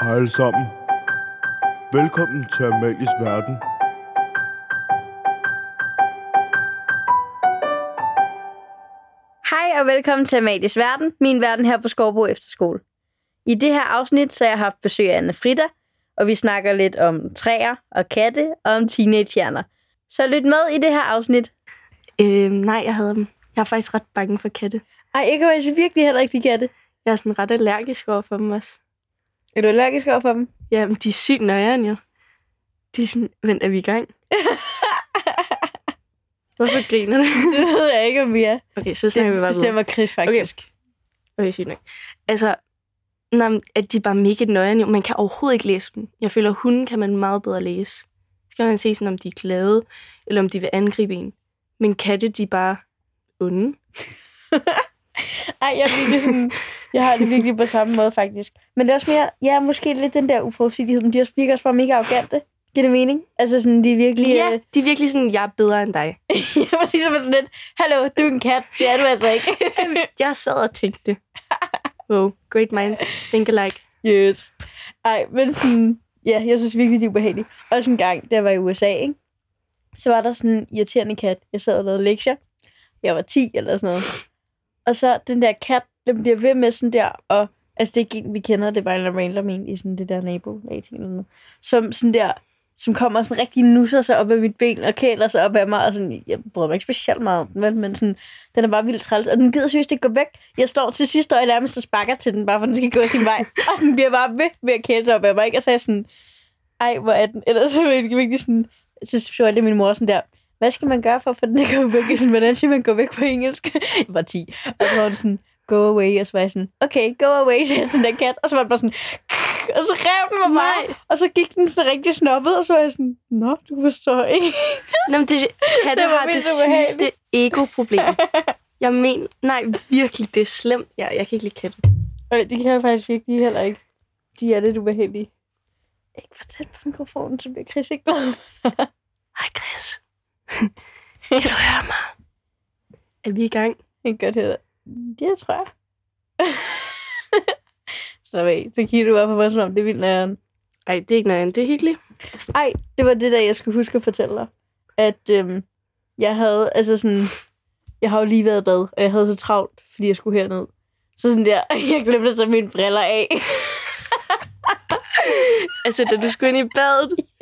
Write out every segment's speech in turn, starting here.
Hej alle sammen. Velkommen til Amalies Verden. Hej og velkommen til Amalies Verden, min verden her på Skovbo Efterskole. I det her afsnit så har jeg haft besøg af Anne Frida, og vi snakker lidt om træer og katte og om teenagehjerner. Så lyt med i det her afsnit. Nej, jeg havde dem. Jeg er faktisk ret bange for katte. Ej, jeg kan faktisk virkelig heller ikke lide katte. Jeg er sådan ret allergisk over for dem også. Er du allergisk over for dem? Jamen, de er sygt nøjeren jo. De er sådan, vent, er vi i gang? Hvorfor griner du? Det ved jeg ikke, om vi er. Okay, så snakker vi bare videre. Det bestemmer Chris faktisk. Okay, sygt nok. Altså, at de er bare mega nøjeren jo. Man kan overhovedet ikke læse dem. Jeg føler, at hunden kan man meget bedre læse. Så kan man se sådan, om de er glade, eller om de vil angribe en. Men katte, de er bare onde. Ej, jeg har det virkelig på samme måde, faktisk. Men det er også mere, ja, måske lidt den der uforudsigelighed, men de virker også bare mega arrogante. Giver det mening? Altså sådan, de er virkelig... Ja, de er virkelig sådan, jeg er bedre end dig. Jeg var sige som sådan lidt, hallo, du er en kat. Det er du altså ikke. Jeg sad og tænkte, wow, great minds, think alike. Yes. Ej, men sådan, ja, jeg synes virkelig, de er ubehagelige. Også en gang, da jeg var i USA, ikke? Så var der sådan en irriterende kat. Jeg sad og lavede lektier. Jeg var 10 eller sådan noget. Og så den der kat, den bliver ved med sådan der, og altså det er ikke en, vi kender, det var en random en i sådan det der nabolag eller noget. Som sådan der, som kommer sådan rigtig nusser sig op af mit ben og kæler sig op af mig, og sådan, jeg bryder mig ikke specielt meget om den, men sådan, den er bare vildt træls, og den gider seriøst ikke gå væk. Jeg står til sidste år nærmest og sparker til den, bare for den skal gå sin vej, og den bliver bare ved at kæle sig op af mig, ikke? Og så er jeg sådan, ej, hvor er den? Ellers så er det virkelig sådan, så er det min mor sådan der, hvad skal man gøre for at få den til at gå væk? Sådan, hvordan skal man gå væk på engelsk? Jeg var 10. Og så var det sådan, go away. Og så var jeg sådan, okay, go away, sagde den der kat. Og så var det bare sådan, og så rev den mig. Og så gik den så rigtig snobbet. Og så var jeg sådan, nå, du forstår ikke. Nå, men katte har det sygeste ego-problem. Jeg mener, nej, virkelig, det er slemt. Jeg kan ikke lide katte. Og det kan jeg faktisk virkelig heller ikke. De er lidt ubehagelige. Ikke for tæt på mikrofonen, så bliver Chris ikke glad for dig. Hej, Chris. Kan du høre mig? Er vi i gang? Det gør det. Det tror jeg. Så kigger du bare på mig, som om det er vildt nøjeren. Ej, det er ikke nøjeren. Det er hyggeligt. Ej, det var det der, jeg skulle huske at fortælle dig. At jeg havde, altså sådan... Jeg har jo lige været i bad, og jeg havde så travlt, fordi jeg skulle herned. Så sådan der, jeg glemte at tage mine briller af. Altså, da du skulle ind i badet? Ja.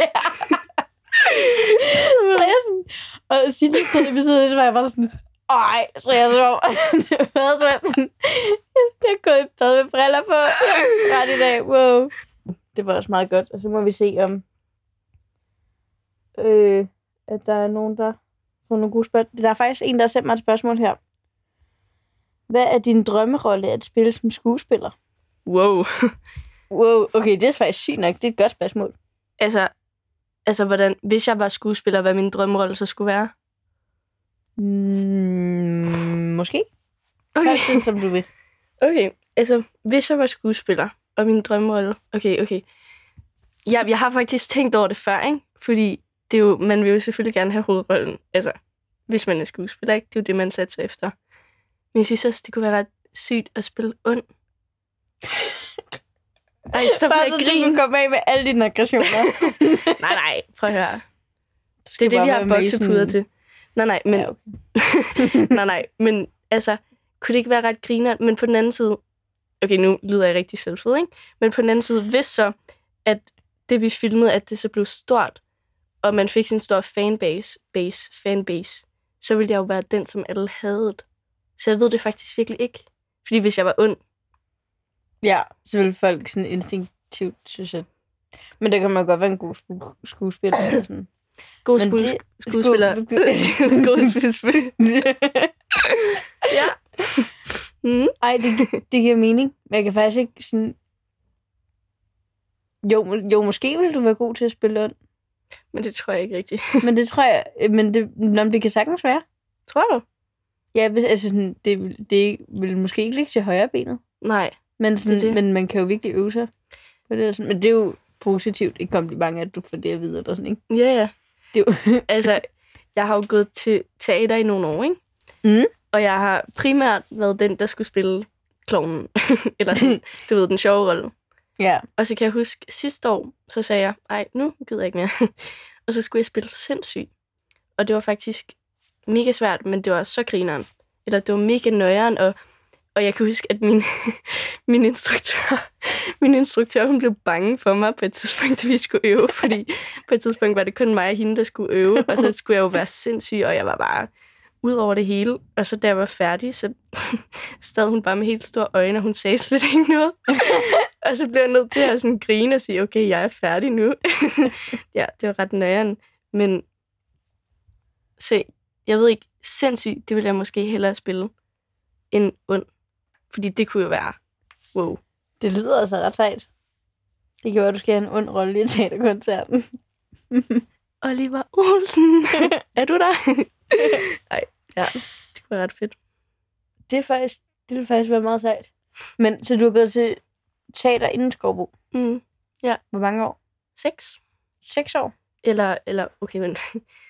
Så jeg sådan, og Silje stod ved siden af, så var jeg bare sådan, ej, så jeg så var jeg sådan, jeg er gået i bad med briller på, ret i dag, wow. Det var også meget godt, og så må vi se om, at der er nogen, der får nogle gode spørgsmål. Der er faktisk en, der har sendt mig et spørgsmål her. Hvad er din drømmerolle at spille som skuespiller? Wow. Wow, okay, det er faktisk sygt nok, det er et godt spørgsmål. Altså, hvordan, hvis jeg var skuespiller, hvad min drømmerolle så skulle være? Måske. Okay. Det, som du vil. Okay, altså, hvis jeg var skuespiller, og min drømmerolle... Okay. Jeg har faktisk tænkt over det før, ikke? Fordi det er jo, man vil jo selvfølgelig gerne have hovedrollen. Altså, hvis man er skuespiller, ikke? Det er jo det, man satser efter. Men jeg synes også, det kunne være ret sygt at spille ond. Ej, så bare så du kan komme af med alle dine aggressioner. nej, prøv at høre. Det er det, vi har boksepuder til. Nej, men... Ja, okay. nej, men altså, kunne det ikke være ret griner? Men på den anden side... Okay, nu lyder jeg rigtig selvfed, ikke? Men på den anden side, hvis så, at det vi filmede, at det så blev stort, og man fik sin stor fanbase, så ville jeg jo være den, som alle havde. Så jeg ved det faktisk virkelig ikke. Fordi hvis jeg var ond, ja, så ville folk sådan instinktivt synes jeg. Men det kan man godt være en god skuespiller. Sådan. God skuespiller. God skuespiller. Ja. Ej, det giver mening. Men jeg kan faktisk ikke sådan... Jo, måske ville du være god til at spille ond. Men det tror jeg ikke rigtigt. Men det tror jeg... Men det kan sagtens være. Tror du? Ja, altså sådan, det vil måske ikke ligge til højre benet. Nej. Men, sådan, det. Men man kan jo virkelig øve sig på det. Sådan. Men det er jo positivt. Et kompliment, at du får det at vide. Eller sådan, ikke? Ja. Det er jo... Altså, jeg har jo gået til teater i nogle år, ikke? Mm. Og jeg har primært været den, der skulle spille klovnen. Eller sådan, du ved, den sjove rolle. Ja. Og så kan jeg huske, sidste år, så sagde jeg, ej, nu gider jeg ikke mere. Og så skulle jeg spille sindssygt. Og det var faktisk mega svært, men det var så grineren. Eller det var mega nøjeren, og jeg kan huske, at min instruktør, hun blev bange for mig på et tidspunkt, da vi skulle øve, fordi på et tidspunkt var det kun mig og hende, der skulle øve, og så skulle jeg jo være sindssyg, og jeg var bare ud over det hele. Og så da jeg var færdig, så stod hun bare med helt store øjne, og hun sagde slet ikke noget. Og så blev jeg nødt til at sådan grine og sige, okay, jeg er færdig nu. Ja, det var ret nøjeren. Men så jeg ved ikke, sindssygt, det ville jeg måske hellere spille end ond. Fordi det kunne jo være, wow. Det lyder altså ret sejt. Det kan være, at du skal have en ond rolle i teaterkoncerten. Oliver Olsen, er du der? Nej, ja, det kunne være ret fedt. Det ville faktisk være meget sejt. Men så du har gået til teater inden Skovbo? Ja. Hvor mange år? 6. 6 år? Eller okay, men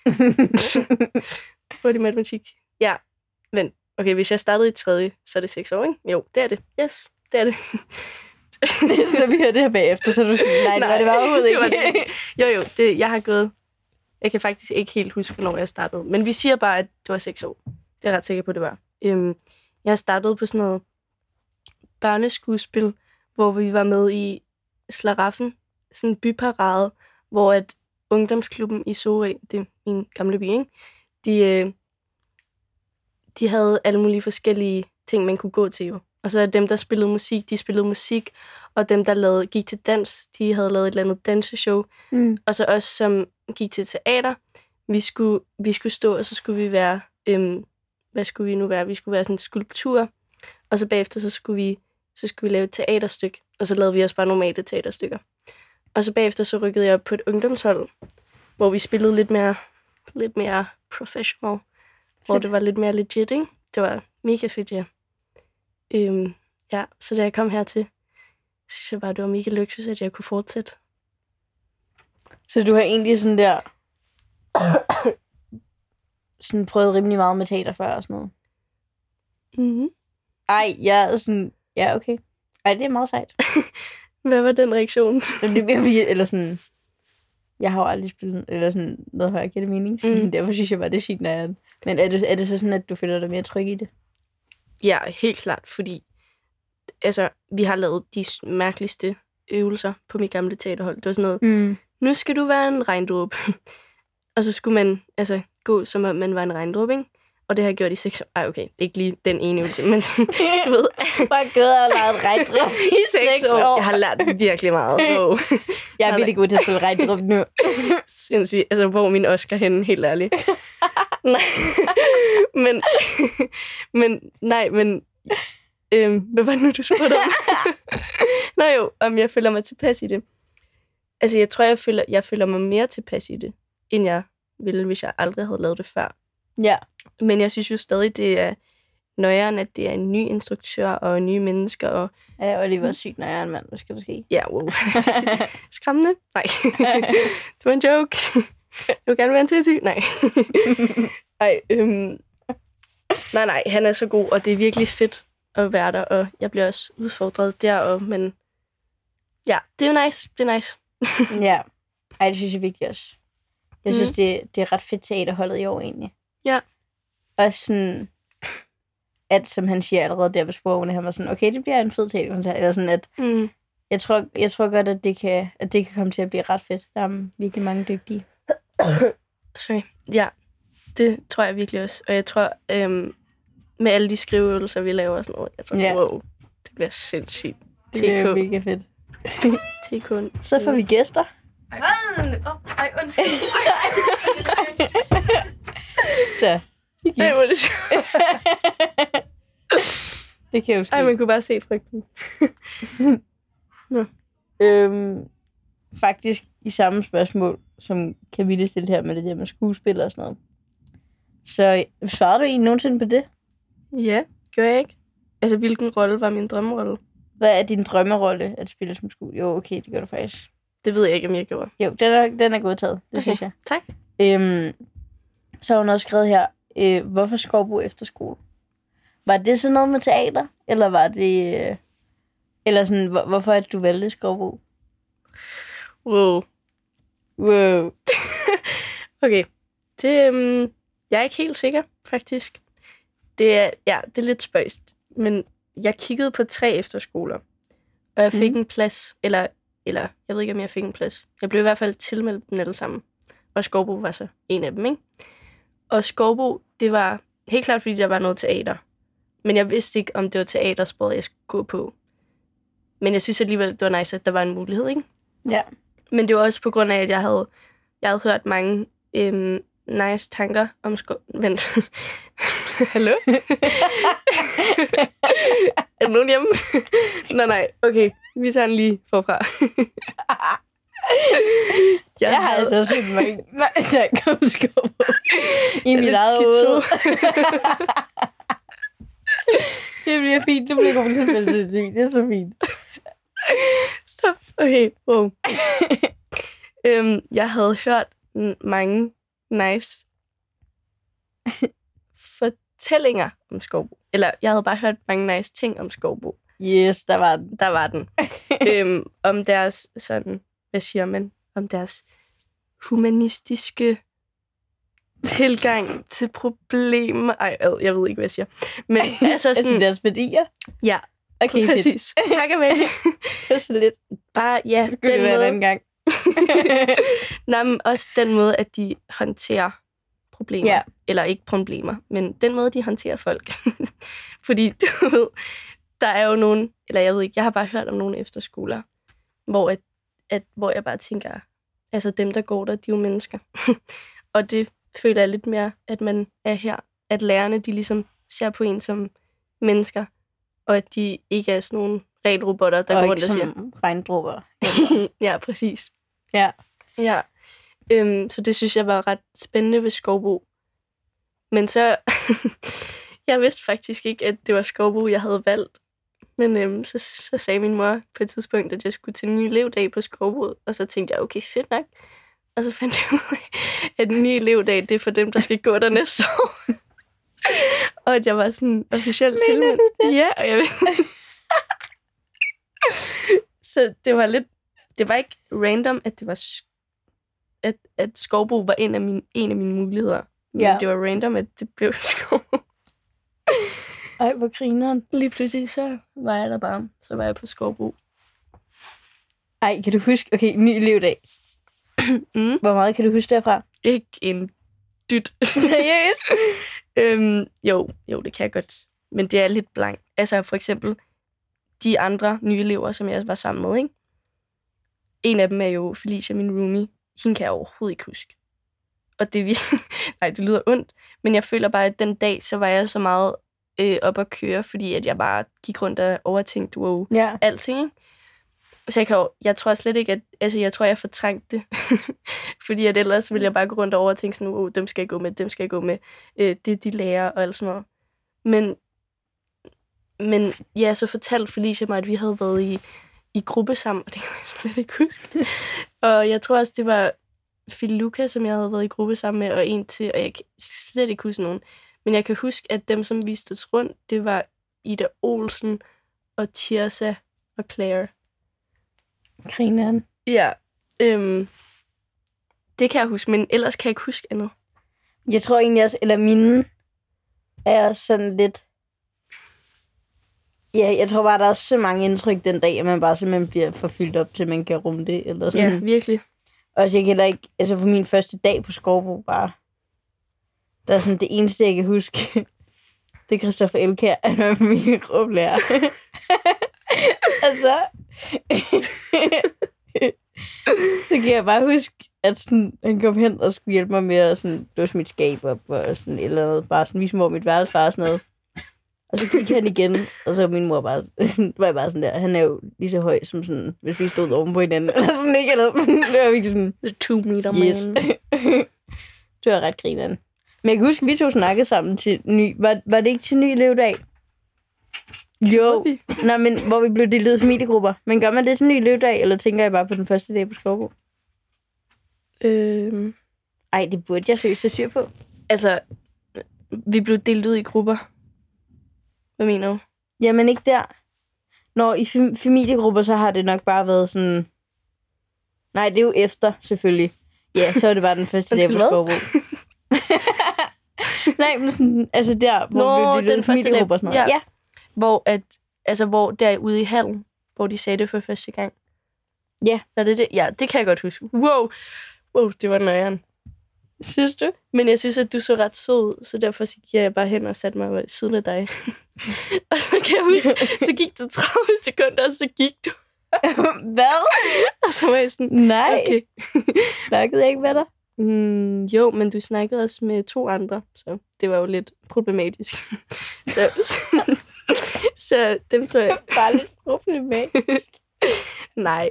hurtig matematik. Ja, men okay, hvis jeg startede i 3., så er det 6 år, ikke? Jo, det er det. Yes, det er det. Så vi hører det her bagefter, så du sådan, nej, det var overhovedet ikke. Det var det. Jo, jeg har gået. Jeg kan faktisk ikke helt huske, hvornår jeg startede. Men vi siger bare, at det var 6 år. Det er jeg ret sikker på, det var. Jeg har startet på sådan noget børneskuespil, hvor vi var med i Slaraffen, sådan en byparade, hvor at ungdomsklubben i Sorø, det er min gamle by, ikke? De havde alle mulige forskellige ting, man kunne gå til jo. Og så dem, der spillede musik, de spillede musik, og dem, der gik til dans, de havde lavet et eller andet danseshow. Og så os, som gik til teater, vi skulle stå, og så skulle vi være, hvad skulle vi nu være? Vi skulle være sådan en skulptur, og så bagefter, så skulle vi lave et teaterstykke, og så lavede vi også bare normale teaterstykker. Og så bagefter, så rykkede jeg op på et ungdomshold, hvor vi spillede lidt mere professional, hvor det var lidt mere legit, ikke? Det var mega fedt, ja. Ja, så da jeg kom hertil, synes jeg bare, det var mega luksus, at jeg kunne fortsætte. Så du har egentlig sådan der sådan prøvet rimelig meget med teater før og sådan noget? Mhm. Ej, jeg er sådan, ja, okay. Ej, det er meget sejt. Hvad var den reaktion? Eller sådan, jeg har jo aldrig spillet, eller sådan noget højere, giver det mening? Derfor synes jeg bare, det er sygt, når jeg... Men er det så sådan, at du føler dig mere tryg i det? Ja, helt klart, fordi altså, vi har lavet de mærkeligste øvelser på mit gamle teaterhold. Det var sådan noget, nu skal du være en regndråbe. Og så skulle man altså gå, som om man var en regndråbe, ikke? Og det har jeg gjort i 6 år. Ej, okay, det er ikke lige den ene øvelse, men sådan, du ved... Hvor gød at lave regndråbe i 6 år. Jeg har lært virkelig meget. Wow. Jeg er virkelig god til at spille regndråbe nu. Sindssygt. Altså, hvor er min Oscar henne, helt ærligt. Nej. men hvad var det nu, du spurgte om? Nå jo, om jeg føler mig tilpas i det. Altså, jeg tror, jeg føler mig mere tilpas i det, end jeg ville, hvis jeg aldrig havde lavet det før. Ja. Men jeg synes jo stadig, det er nøjeren, at det er en ny instruktør og nye mennesker. Og... Ja, og det var sygt nøjeren, mand. Hvad skal der ske? Ja, wow. Skræmmende? Nej. Det var en joke. Jeg vil gerne være en tilsyn. Nej. Nej, han er så god, og det er virkelig fedt at være der, og jeg bliver også udfordret der, men ja, det er nice. Det er nice. Ja. Ej, det synes jeg virkelig også. Jeg synes, det er ret fedt teaterholdet i år, egentlig. Ja. Og sådan, at som han siger allerede der ved sprogene, han var sådan, okay, det bliver en fed teaterkoncert, eller sådan, at jeg tror godt, at det kan komme til at blive ret fedt. Der er virkelig mange dygtige. Sorry. Ja, det tror jeg virkelig også. Og jeg tror, med alle de skriveøvelser, vi laver og sådan noget, jeg tror, wow, det bliver sindssygt. Det bliver mega fedt. TK. Så får vi gæster. Ej, undskyld. Så. Ej, hvor er det sjovt. Det kan jo ske. Ej, man kunne bare se frygten. Nå. Faktisk i samme spørgsmål, som Camille stillede her med det der med skuespil og sådan noget. Så svarede du egentlig nogensinde på det? Ja, gør jeg ikke. Altså, hvilken rolle var min drømmerolle? Hvad er din drømmerolle at spille som skuespiller? Jo, okay, det gør du faktisk. Det ved jeg ikke, om jeg gjorde. Jo, den er godtaget, det synes jeg. Tak. Så har hun også skrevet her, hvorfor Skovbo Efterskole? Var det sådan noget med teater, eller var det Eller sådan, hvorfor at du valgte Skovbo? Wow. Okay. Det, jeg er ikke helt sikker, faktisk. Det er lidt spøjst. Men jeg kiggede på 3 efterskoler, og jeg fik en plads, eller jeg ved ikke, om jeg fik en plads. Jeg blev i hvert fald tilmeldt dem alle sammen. Og Skovbo var så en af dem, ikke? Og Skovbo, det var helt klart, fordi der var noget teater. Men jeg vidste ikke, om det var teatersporet, jeg skulle gå på. Men jeg synes alligevel, det var nice, at der var en mulighed, ikke? Ja. Men det var også på grund af, at jeg havde hørt mange nice tanker om Vent. Hallo? Er der nogen hjemme? Nej. Okay, vi tager den lige forfra. Jeg har altså også set mange tanker om Skovbo i mit eget hoved. Det bliver fint. Det bliver god tilfælde. Det er så fint. Stop. Okay, wow. Jeg havde hørt mange nice fortællinger om Skovbo. Eller jeg havde bare hørt mange nice ting om Skovbo. Yes, der var den. Der var den. Om deres sådan, hvad siger man? Om deres humanistiske tilgang til problemer. Ej, jeg ved ikke, hvad jeg siger. Men altså sådan... altså deres værdier? Ja, okay, præcis. Tak, Amalie. Det er så lidt. Bare, ja, det den måde. Den gang. Nej, men også den måde, at de håndterer problemer. Ja. Eller ikke problemer, men den måde, de håndterer folk. Fordi, du ved, der er jo nogen, eller jeg ved ikke, jeg har bare hørt om nogle efterskoler, hvor jeg bare tænker, altså dem, der går der, de er jo mennesker. Og det føler jeg lidt mere, at man er her. At lærerne, de ligesom ser på en som mennesker, og at de ikke er sådan nogle regelrobotter, der går rundt og siger... Og ikke som regndråber. Ja, præcis. Ja. Ja. Så det synes jeg var ret spændende ved Skovbo. Men så... jeg vidste faktisk ikke, at det var Skovbo, jeg havde valgt. Men så sagde min mor på et tidspunkt, at jeg skulle til en ny elevdag på Skovbo. Og så tænkte jeg, okay, fedt nok. Og så fandt jeg ud af, at en ny elevdag, det er for dem, der skal gå der næste år. Og at jeg var sådan officielt tilmeldt. Ja, og jeg ved. Så det var lidt... Det var ikke random, at det var... At Skovbo var en af mine muligheder. Men det var random, at det blev Skovbo. Ej, hvor grineren. Lige pludselig, så var jeg der bare. Så var jeg på Skovbo. Ej, kan du huske... Okay, ny elevdag. Hvor meget kan du huske derfra? Ikke en dyt. Seriøst? Jo, det kan jeg godt. Men det er lidt blank. Altså for eksempel, de andre nye elever, som jeg var sammen med, ikke? En af dem er jo Felicia, min roomie. Hende kan jeg overhovedet ikke huske. Og det er nej, det lyder ondt. Men jeg føler bare, at den dag, så var jeg så meget op at køre, fordi at jeg bare gik rundt og overtænkte, alting, ikke? Så jeg tror slet ikke, at... Altså, jeg tror, jeg fortrængte det. Fordi at ellers ville jeg bare gå rundt og overtænke sådan, dem skal jeg gå med, dem skal jeg gå med. Det de lærer og alt sådan noget. Men ja, så fortalte Felicia mig, at vi havde været i gruppe sammen, og det kan jeg slet ikke huske. Og jeg tror også, det var Filuka, som jeg havde været i gruppe sammen med, og en til, og jeg kan slet ikke huske nogen. Men jeg kan huske, at dem, som viste os rundt, det var Ida Olsen og Tirsa og Claire. Grineren. Ja. Det kan jeg huske, men ellers kan jeg ikke huske andet. Jeg tror egentlig også, eller mine er sådan lidt... Ja, jeg tror bare, der er så mange indtryk den dag, at man bare simpelthen bliver forfyldt op, til man kan rumme det. Eller sådan. Ja, virkelig. Og jeg kan heller ikke... Altså, for min første dag på Skovbo bare... Der er sådan det eneste, jeg kan huske. Det er Christoffer Elkjær, han var min gruppelærer. Altså... Så kan jeg bare huske, at sådan, han kom hen og skulle hjælpe mig med at sådan, låse mit skab op og sådan et eller andet. Bare sådan vise mig, hvor mit værelse var og sådan noget. Og så gik han igen, og så min mor bare, var jeg bare sådan der. Han er jo lige så høj som sådan, hvis vi stod oven på hinanden. Eller sådan, ikke? Eller sådan, det var virkelig sådan... The 2 meter yes. man. Det var ret grineren. Men jeg kan huske, at vi to snakkede sammen til ny... Var det ikke til ny elevdag? Jo. Nej, men hvor vi blev delt ud i familiegrupper. Men gør man det til ny elevdag, eller tænker jeg bare på den første dag på Skovbo? Ej, det burde jeg seriøst have styr på. Altså, vi blev delt ud i grupper. Hvad mener du? Jamen ikke der. Når i familiegrupper, så har det nok bare været sådan... Nej, det er jo efter, selvfølgelig. Ja, så er det bare den første dag på Skovbo. Nej, men sådan, altså der, hvor vi den familiegrupper og sådan noget. Ja. Hvor der ude i hallen, hvor de sagde det for første gang. Ja. Var det det? Ja, det kan jeg godt huske. Wow, det var nøjeren. Synes du? Men jeg synes, at du så ret sød ud, så derfor så gik jeg bare hen og satte mig ved siden af dig. Og så kan jeg huske, så gik det 30 sekunder, og så gik du. Hvad? Og så var jeg sådan, nej. Okay. Snakkede jeg ikke med dig? Jo, men du snakkede også med 2 andre, så det var jo lidt problematisk. så dem tror jeg... Bare lidt problematisk. Nej,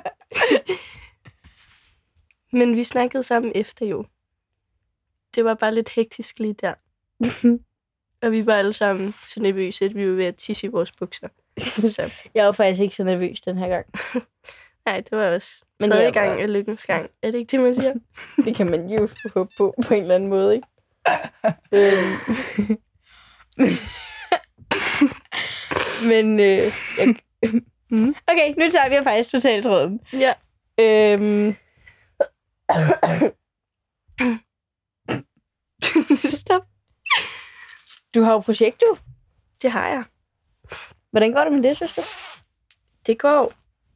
men vi snakkede sammen efter jo. Det var bare lidt hektisk lige der. Og vi var alle sammen så nervøse, at vi var ved at tisse i vores bukser. Så. Jeg var faktisk ikke så nervøs den her gang. Nej, det var også tredje gang af lykkens gang. Er det ikke det, man siger? Det kan man jo håbe på en eller anden måde, ikke? Men okay, nu tager vi faktisk totalt tråden. Ja. Stop. Du har jo projekt, du. Det har jeg. Hvordan går det med det, synes du? Det går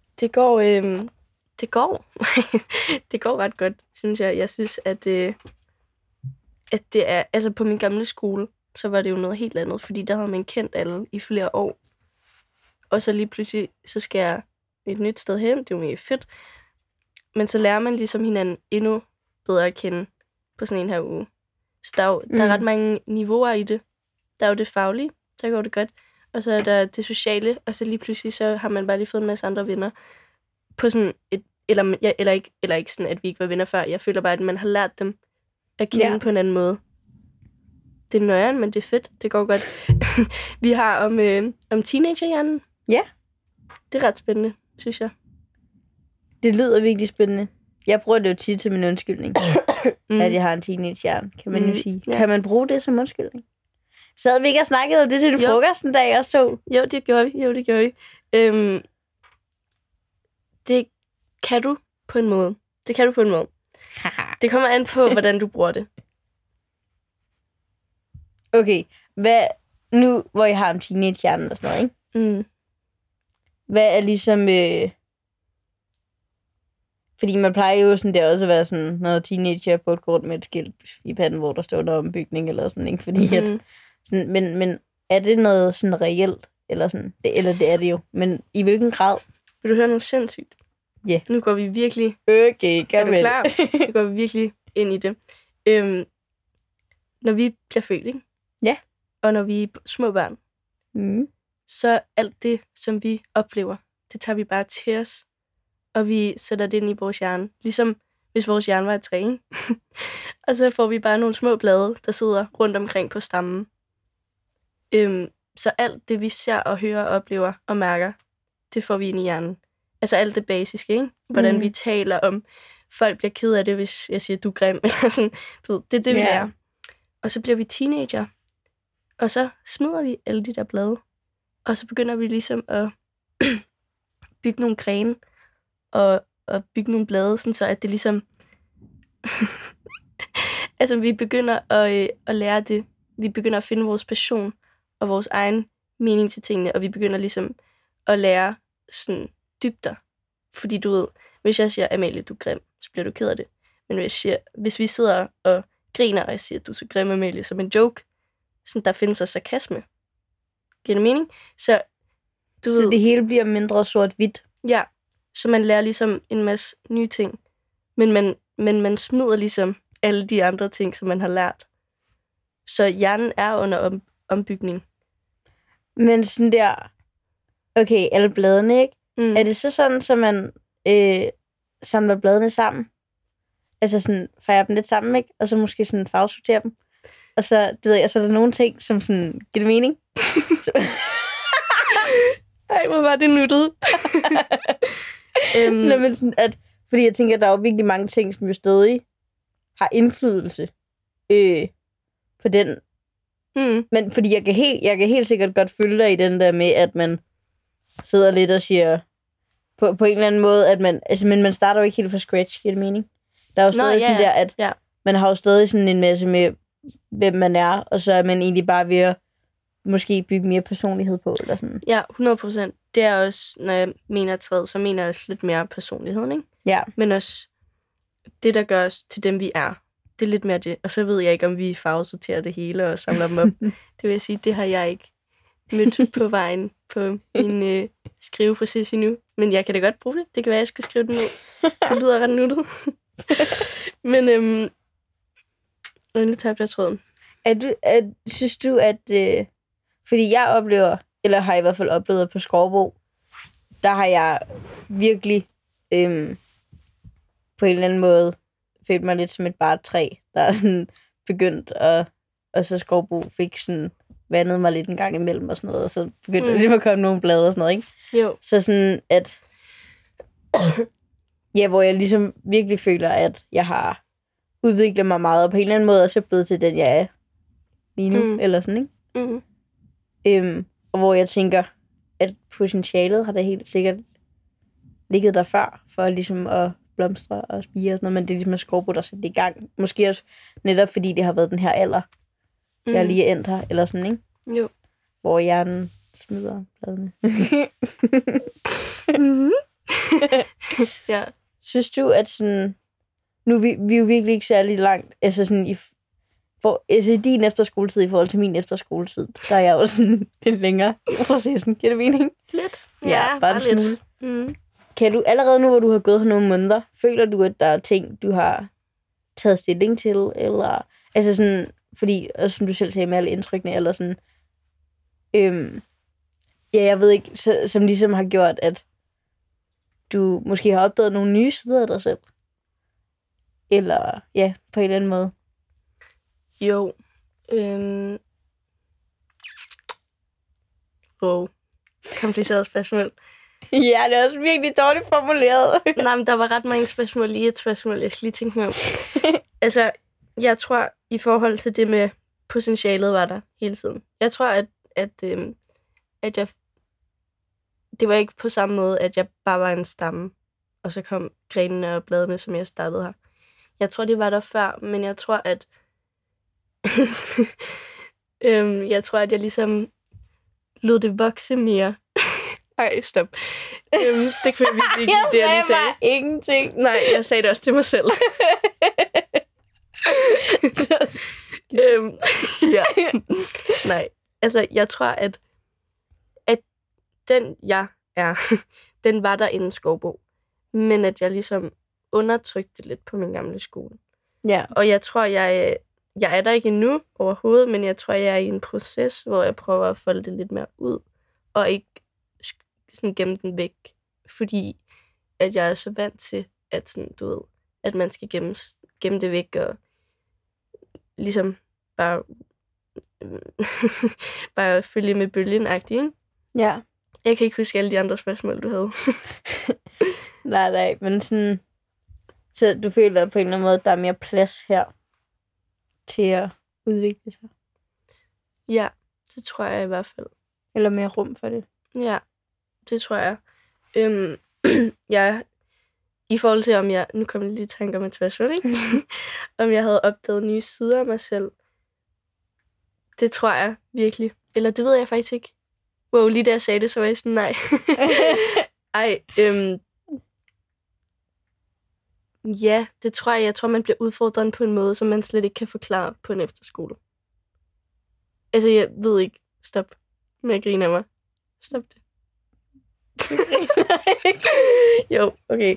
det går ret godt, synes jeg. Jeg synes, at det er... Altså, på min gamle skole, så var det jo noget helt andet, fordi der havde man kendt alle i flere år. Og så lige pludselig, så skal jeg et nyt sted hen. Det er jo mega fedt. Men så lærer man ligesom hinanden endnu bedre at kende på sådan en her uge. Så der er ret mange niveauer i det. Der er jo det faglige, der går det godt. Og så er der det sociale, og så lige pludselig, så har man bare lige fået en masse andre venner. På sådan et... Eller ikke sådan, at vi ikke var venner før. Jeg føler bare, at man har lært dem at kende på en anden måde. Det er nøjeren, men det er fedt. Det går godt. Vi har om teenagerhjernen. Ja. Det er ret spændende, synes jeg. Det lyder virkelig spændende. Jeg bruger det jo tit til min undskyldning, at jeg har en teenagehjerne, kan man jo sige. Ja. Kan man bruge det som undskyldning? Sad vi ikke og snakkede om det til frokost en dag også så? Jo, det gjorde vi. Det kan du på en måde. Det kommer an på, hvordan du bruger det. Okay, hvad nu, hvor jeg har en teenagehjernen og sådan noget, ikke? Hvad er ligesom... Fordi man plejer jo sådan der også at være sådan noget teenager på et kort med et skilt i panden, hvor der står der ombygning eller sådan, ikke? Fordi at... Sådan, men er det noget sådan reelt? Eller sådan? Eller det er det jo. Men i hvilken grad? Vil du høre noget sindssygt? Ja. Yeah. Nu går vi virkelig... Okay, er du klar? Nu går vi virkelig ind i det. Når vi bliver født, ikke? Ja. Og når vi er små børn, så alt det, som vi oplever, det tager vi bare til os, og vi sætter det ind i vores hjerne. Ligesom hvis vores hjerne var et træ, ikke? Og så får vi bare nogle små blade, der sidder rundt omkring på stammen. Så alt det, vi ser og hører og oplever og mærker, det får vi ind i hjernen. Altså alt det basiske, ikke? Hvordan vi taler om, folk bliver ked af det, hvis jeg siger, du er grim, eller sådan. Du ved, det er det, vi lærer. Og så bliver vi teenager, og så smider vi alle de der blade, og så begynder vi ligesom at bygge nogle grene, og bygge nogle blade, sådan så at det ligesom... altså, vi begynder at lære det. Vi begynder at finde vores passion og vores egen mening til tingene, og vi begynder ligesom at lære sådan dybder. Fordi du ved, hvis jeg siger, Amalie, du er grim, så bliver du ked af det. Men hvis vi sidder og griner, og jeg siger, du er så grim, Amalie, som en joke, sådan der findes også sarkasme. Giver det mening? Så det hele bliver mindre sort-hvidt? Ja, så man lærer ligesom en masse nye ting. Men man smider ligesom alle de andre ting, som man har lært. Så hjernen er under ombygning. Men sådan der... Okay, alle bladene, ikke? Er det så sådan, så man samler bladene sammen? Altså sådan, fejrer dem lidt sammen, ikke? Og så måske sådan farvesorterer dem. Og så, det ved jeg, så er der nogle ting, som sådan... Giver det mening? Ej, hvor var det nuttet. Nå, men sådan, at... Fordi jeg tænker, at der er jo virkelig mange ting, som jo stadig har indflydelse på den. Men fordi jeg kan helt sikkert godt følge dig i den der med, at man sidder lidt og siger på en eller anden måde, at men man starter jo ikke helt fra scratch, giver det mening? Der er jo stadig sådan der, at man har jo stadig sådan en masse med, hvem man er, og så er man egentlig bare ved at måske bygge mere personlighed på, eller sådan. Ja, 100%. Det er også, når jeg mener træet, så mener jeg også lidt mere personligheden, ikke? Ja. Men også det, der gør os til dem, vi er. Det er lidt mere det. Og så ved jeg ikke, om vi farvesorterer det hele og samler dem op. Det vil jeg sige, det har jeg ikke mødt på vejen på min skriveproces endnu. Men jeg kan da godt bruge det. Det kan være, jeg skal skrive det ned. Det lyder ret nuttet. Men nu tabte jeg tråden. Synes du, at... fordi jeg oplever, eller har i hvert fald oplevet på Skovbo, der har jeg virkelig på en eller anden måde følt mig lidt som et bare træ, der er sådan begyndt, og så Skovbo fik sådan vandet mig lidt en gang imellem og sådan noget, og så begyndte der lidt at komme nogle blade og sådan noget, ikke? Jo. Så sådan, at... ja, hvor jeg ligesom virkelig føler, at jeg har udviklet mig meget, og på en eller anden måde også er blevet til den, jeg er lige nu, eller sådan, ikke? Og hvor jeg tænker, at potentialet har da helt sikkert ligget der før, for ligesom at blomstre og spire og sådan noget, men det er ligesom at Skovbo, der sætter det i gang. Måske også netop, fordi det har været den her alder, jeg lige er endt her, eller sådan, ikke? Jo. Hvor hjernen smider bladene. Ja. Synes du, at sådan... Nu vi er jo virkelig ikke særlig langt, altså sådan i din efterskoletid i forhold til min efterskoletid, der er jeg jo sådan lidt længere i processen. Giver det mening? Lidt. Ja, bare lidt. Kan du allerede nu, hvor du har gået her nogle måneder, føler du, at der er ting, du har taget stilling til, eller altså sådan, fordi, også som du selv sagde med alle indtrykkene, eller sådan, ja, jeg ved ikke, som ligesom har gjort, at du måske har opdaget nogle nye sider af dig selv? Eller, ja, på en eller anden måde. Jo. Kompliceret spørgsmål. Ja, det er også virkelig dårligt formuleret. Nej, men der var ret mange spørgsmål i et spørgsmål, jeg skal lige tænke mig om. Altså, jeg tror, i forhold til det med potentialet, var der hele tiden. Jeg tror, at jeg... Det var ikke på samme måde, at jeg bare var en stamme, og så kom grenene og bladene, som jeg startede her. Jeg tror, det var der før, men jeg tror, at... jeg tror, at jeg ligesom lod det vokse mere. Ej, stop. Det kunne jeg virkelig ikke lide, det jeg lige sagde. Jeg sagde ingenting. Nej, jeg sagde det også til mig selv. Ja. Nej, altså, jeg tror, at den, jeg er, den var der inden Skovbo. Men at jeg ligesom undertrykte lidt på min gamle skole. Ja. Og jeg tror, jeg er der ikke endnu overhovedet, men jeg tror, jeg er i en proces, hvor jeg prøver at folde det lidt mere ud, og ikke sådan gemme den væk, fordi at jeg er så vant til, at sådan, du ved, at man skal gemme det væk, og ligesom bare følge med bølgen-agtigt, ikke? Ja. Jeg kan ikke huske alle de andre spørgsmål, du havde. nej, men sådan... Så du føler på en eller anden måde, at der er mere plads her til at udvikle sig? Ja, det tror jeg i hvert fald. Eller mere rum for det? Ja, det tror jeg. I forhold til, om jeg... Nu kommer jeg lige i tanker med et spørgsmål, ikke? Om jeg havde opdaget nye sider af mig selv. Det tror jeg virkelig. Eller det ved jeg faktisk ikke. Wow, lige da jeg sagde det, så var jeg sådan, nej. Ej, ja, det tror jeg. Jeg tror, man bliver udfordret på en måde, som man slet ikke kan forklare på en efterskole. Altså, jeg ved ikke. Stop med at grine af mig. Stop det. Jo, okay.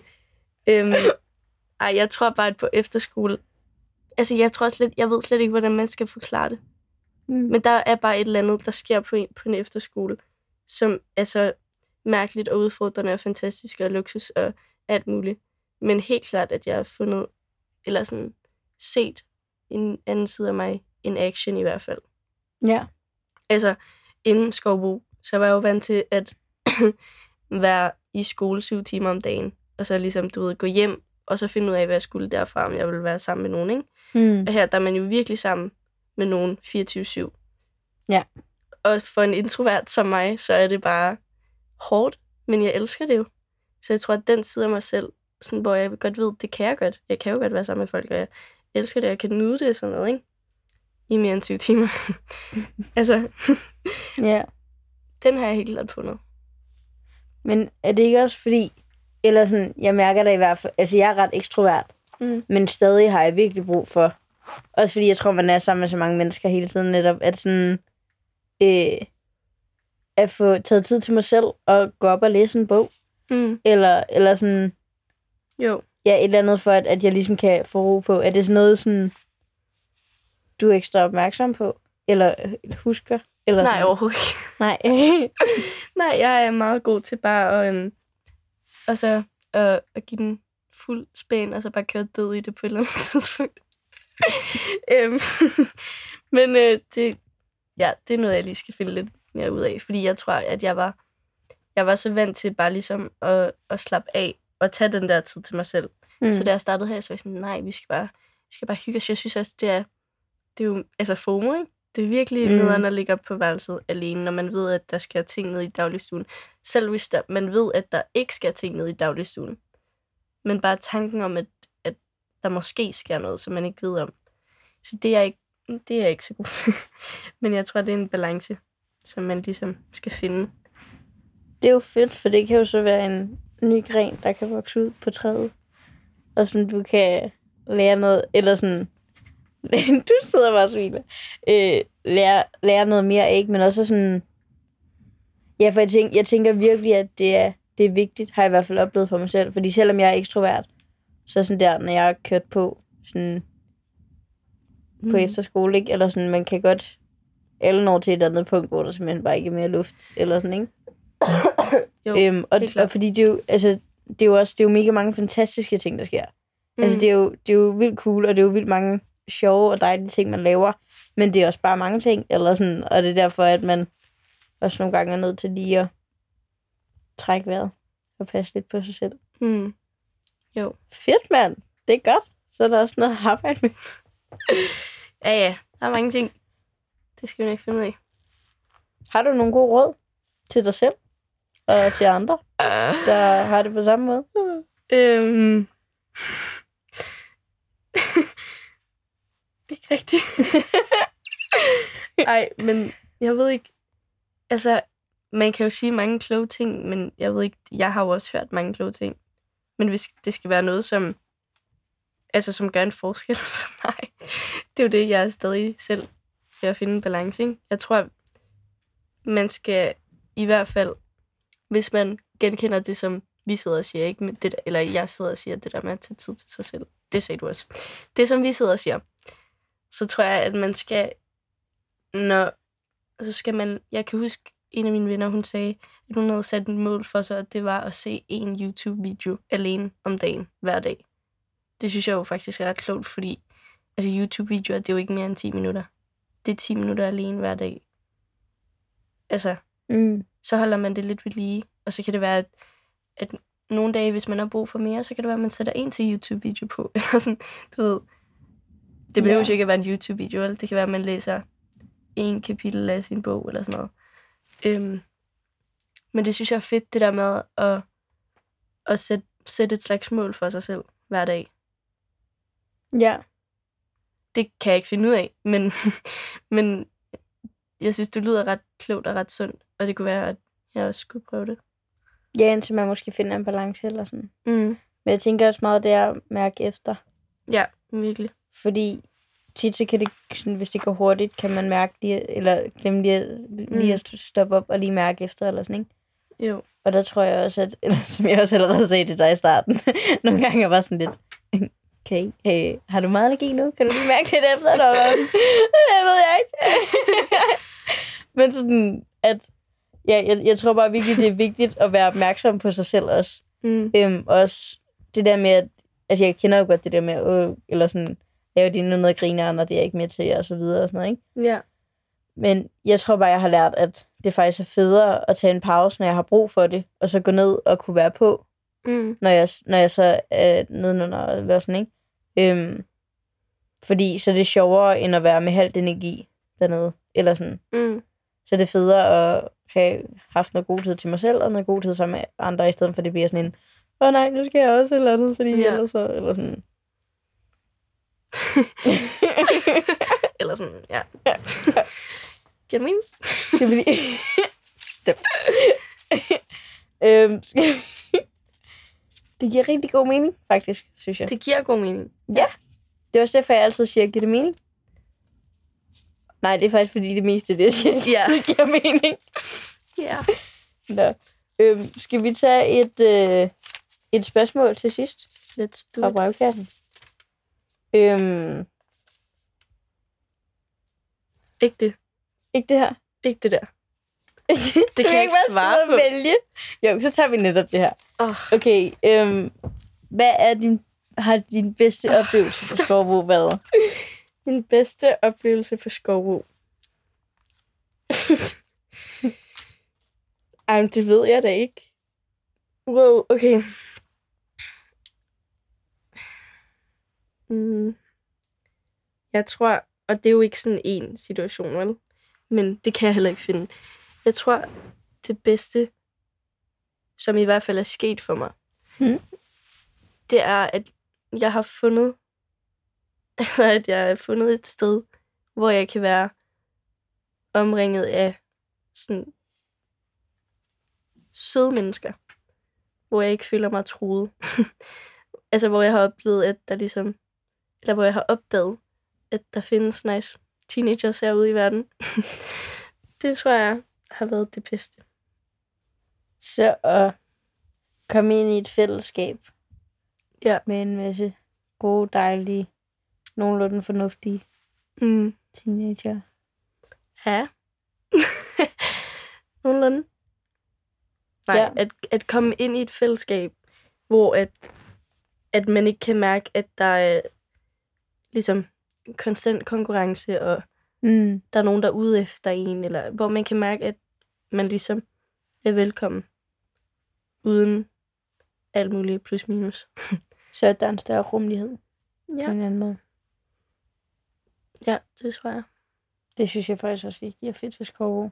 Jeg tror bare, at på efterskole... Altså, jeg ved slet ikke, hvordan man skal forklare det. Men der er bare et eller andet, der sker på en efterskole, som er så mærkeligt og udfordrende og fantastisk og luksus og alt muligt. Men helt klart, at jeg har fundet, eller sådan set en anden side af mig, en action i hvert fald. Ja. Altså, inden Skovbo, så var jeg jo vant til at være i skole 7 timer om dagen, og så ligesom, du ved, gå hjem, og så finde ud af, hvad jeg skulle derfra, om jeg ville være sammen med nogen, ikke? Og her, der er man jo virkelig sammen med nogen 24/7. Ja. Og for en introvert som mig, så er det bare hårdt, men jeg elsker det jo. Så jeg tror, at den side af mig selv, sådan, hvor jeg godt ved, det kan jeg godt. Jeg kan jo godt være sammen med folk, og jeg elsker det, jeg kan nyde det sådan noget, ikke? I mere end 20 timer. Altså, Ja. den har jeg helt klart fundet. Men er det ikke også fordi, eller sådan, jeg mærker det i hvert fald, altså jeg er ret ekstrovert, men stadig har jeg virkelig brug for, også fordi jeg tror, man er sammen med så mange mennesker hele tiden netop, at sådan, at få taget tid til mig selv og gå op og læse en bog, eller sådan, Jo. ja, et eller andet for, at jeg ligesom kan få ro på. Er det sådan noget, sådan, du er ekstra opmærksom på, eller husker? Eller Nej, sådan? overhovedet ikke. Nej. Nej, jeg er meget god til bare at give den fuld spænd, og så bare køre død i det på et eller andet tidspunkt. Men det er noget, jeg lige skal finde lidt mere ud af, fordi jeg tror, at jeg var så vant til bare ligesom at slappe af og tage den der tid til mig selv. Så da jeg startede her, så var jeg sådan, nej, vi skal bare hygge os. Jeg synes også, det er jo altså FOMO, ikke? Det er virkelig nederen at ligge op på værelset alene, når man ved, at der sker ting ned i dagligstuen. Selv hvis man ved, at der ikke sker ting ned i dagligstuen. Men bare tanken om, at der måske sker noget, som man ikke ved om. Så det er jeg ikke så god til. Men jeg tror, det er en balance, som man ligesom skal finde. Det er jo fedt, for det kan jo så være en ny gren, der kan vokse ud på træet. Og sådan, du kan lære noget, eller sådan, du sidder bare og smiler, lære noget mere, ikke? Men også sådan, ja, for jeg tænker virkelig, at det er vigtigt, har jeg i hvert fald oplevet for mig selv. Fordi selvom jeg er ekstrovert, så sådan der, når jeg har kørt på, sådan, på efterskole, ikke? Eller sådan, man kan godt alle når til et andet punkt, hvor der simpelthen bare ikke er mere luft, eller sådan, ikke? Jo, og fordi det er jo, altså, det er jo mega mange fantastiske ting, der sker. Altså, det er jo vildt cool, og det er jo vildt mange sjove og dejlige ting, man laver, men det er også bare mange ting, eller sådan, og det er derfor, at man også nogle gange er nødt til lige at trække vejret og passe lidt på sig selv. Jo. Fedt, mand. Det er godt. Så er der også noget at arbejde med. Ja, der er mange ting. Det skal vi ikke finde ud af. Har du nogle gode råd til dig selv og til andre, der har det på samme måde? Ikke rigtigt. Ej, men jeg ved ikke. Altså, man kan jo sige mange kloge ting, men jeg ved ikke, jeg har jo også hørt mange kloge ting. Men hvis det skal være noget, som gør en forskel, så nej. Det er jo det, jeg er stadig selv ved at finde en balance, ikke? Jeg tror, man skal i hvert fald, hvis man genkender det, som vi sidder og siger, ikke? Det, eller jeg sidder og siger, det der med at tage tid til sig selv. Det sagde du også. Det, som vi sidder og siger, så tror jeg, at man skal, jeg kan huske, en af mine venner, hun sagde, at hun havde sat et mål for sig, og det var at se en YouTube-video alene om dagen, hver dag. Det synes jeg jo faktisk er ret klogt, fordi altså YouTube-videoer, det er jo ikke mere end 10 minutter. Det er 10 minutter alene hver dag. Altså, så holder man det lidt ved lige, og så kan det være, at nogle dage, hvis man har brug for mere, så kan det være, at man sætter en til YouTube-video på. Eller sådan, du ved. Det behøver jo ikke at være en YouTube-video, eller det kan være, at man læser en kapitel af sin bog, eller sådan noget. Men det synes jeg er fedt, det der med at sætte et slags mål for sig selv hver dag. Ja. Det kan jeg ikke finde ud af, men jeg synes, det lyder ret klogt og ret sundt, og det kunne være, at jeg også skulle prøve det. Ja, indtil man måske finder en balance eller sådan. Men jeg tænker også meget, det er at mærke efter. Ja, virkelig. Fordi tit så kan det, sådan, hvis det går hurtigt, kan man mærke lige, eller glemme lige at stoppe op og lige mærke efter, eller sådan, ikke? Jo. Og der tror jeg også, at, eller, som jeg også allerede sagde til dig i starten, nogle gange jeg var sådan lidt, okay, har du meget allergi nu? Kan du lige mærke lidt efter? Det ved jeg ikke. Men sådan, at jeg tror bare virkelig, det er vigtigt at være opmærksom på sig selv også. Også det der med, at altså jeg kender jo godt det der med, eller sådan, lave det noget at grine andre, det er jeg ikke med til, og så videre og sådan noget, ikke? Ja. Men jeg tror bare, jeg har lært, at det faktisk er federe at tage en pause, når jeg har brug for det, og så gå ned og kunne være på, når jeg så er nedenunder, eller sådan, ikke? Fordi så er det sjovere, end at være med halvt energi dernede, eller sådan. Så det er federe at have haft noget god tid til mig selv, og noget god tid sammen med andre, i stedet for det bliver sådan en, nej, nu skal jeg også et eller andet, fordi ellers så, eller sådan. Eller sådan, ja. Giver det mening? Skal vi lige... Stop. Det giver rigtig god mening, faktisk, synes jeg. Det giver god mening. Ja. Det er også derfor, jeg altid siger, giver det mening? Nej, det er faktisk, fordi det meste af det, jeg siger, det giver mening. Ja. Nå. Skal vi tage et spørgsmål til sidst? Let's do fra it. brevkassen. Ikke det. Ikke det her? Ikke det der. Det kan jeg ikke svare på. Vælge. Jo, så tager vi netop det her. Okay, hvad er din bedste oplevelse på Skovbo været? Min bedste oplevelse på Skovbo? Ej, men det ved jeg da ikke. Wow, okay. Jeg tror, og det er jo ikke sådan en situation, vel? Men det kan jeg heller ikke finde. Jeg tror, det bedste, som i hvert fald er sket for mig, det er, at jeg har fundet, et sted, hvor jeg kan være omringet af sådan søde mennesker, hvor jeg ikke føler mig truet. Altså, hvor jeg har oplevet, at der ligesom, eller hvor jeg har opdaget, at der findes nice teenagers herude i verden. Det tror jeg har været det bedste. Så at komme ind i et fællesskab med en masse gode, dejlige, nogenlunde fornuftige teenager. Ja. Nogenlunde. Nej, at komme ind i et fællesskab, hvor at man ikke kan mærke, at der er ligesom konstant konkurrence, og der er nogen, der er ude efter en, eller hvor man kan mærke, at man ligesom er velkommen, uden alt muligt plus minus. Så at der er en større rummelighed på en anden måde. Ja, det tror jeg. Det synes jeg faktisk også ikke er fedt ved Skovbo.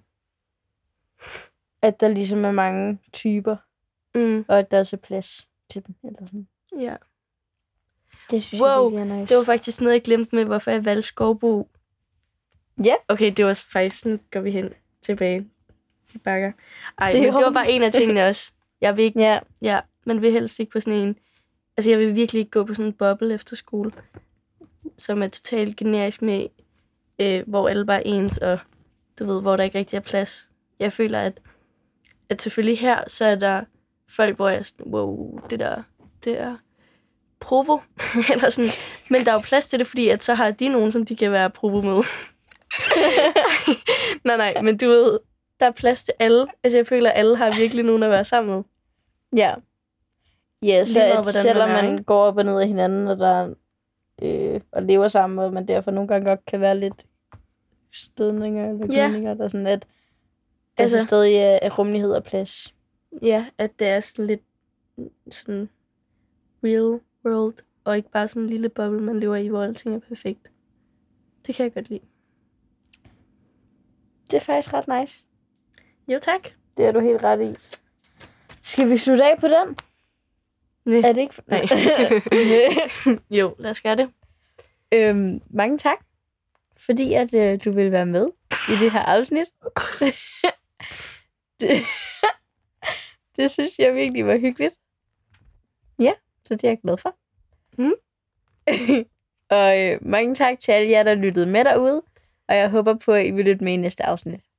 At der ligesom er mange typer, og at der er så plads til dem. Eller sådan. Ja. Det synes jeg er nice. Det var faktisk noget, jeg glemte med, hvorfor jeg valgte Skovbo. Ja. Okay, det var faktisk sådan, går vi hen tilbage i bakker. Ej, men det var bare en af tingene også. Jeg vil ikke, man vil helst ikke på sådan en, altså jeg vil virkelig ikke gå på sådan en boble efter skole, som er totalt generisk med, hvor alle bare er ens, og du ved, hvor der ikke rigtig er plads. Jeg føler, at selvfølgelig her, så er der folk, hvor jeg er sådan, wow, det er provo, eller sådan. Men der er jo plads til det, fordi at så har de nogen, som de kan være provo med. nej, men du ved, der er plads til alle. Altså jeg føler, at alle har virkelig nogen at være sammen med. Ja. Ja, så meget, selvom man går op og ned af hinanden, og der og lever sammen, og man derfor nogle gange godt kan være lidt stødninger eller gnidninger, der sådan at altså stadig er rummelighed og plads. Ja, at det er sådan lidt sådan real world, og ikke bare sådan en lille boble, man lever i, hvor alting er perfekt. Det kan jeg godt lide. Det er faktisk ret nice. Jo, tak. Det er du helt ret i. Skal vi slutte af på den? Nej. Er det ikke? Nej. Jo, lad os gøre det. Mange tak, fordi at du vil være med i det her afsnit. det synes jeg virkelig var hyggeligt. Ja, så det er jeg glad for. Og mange tak til alle jer, der lyttede med derude. Og jeg håber på, at I vil lytte med i næste afsnit.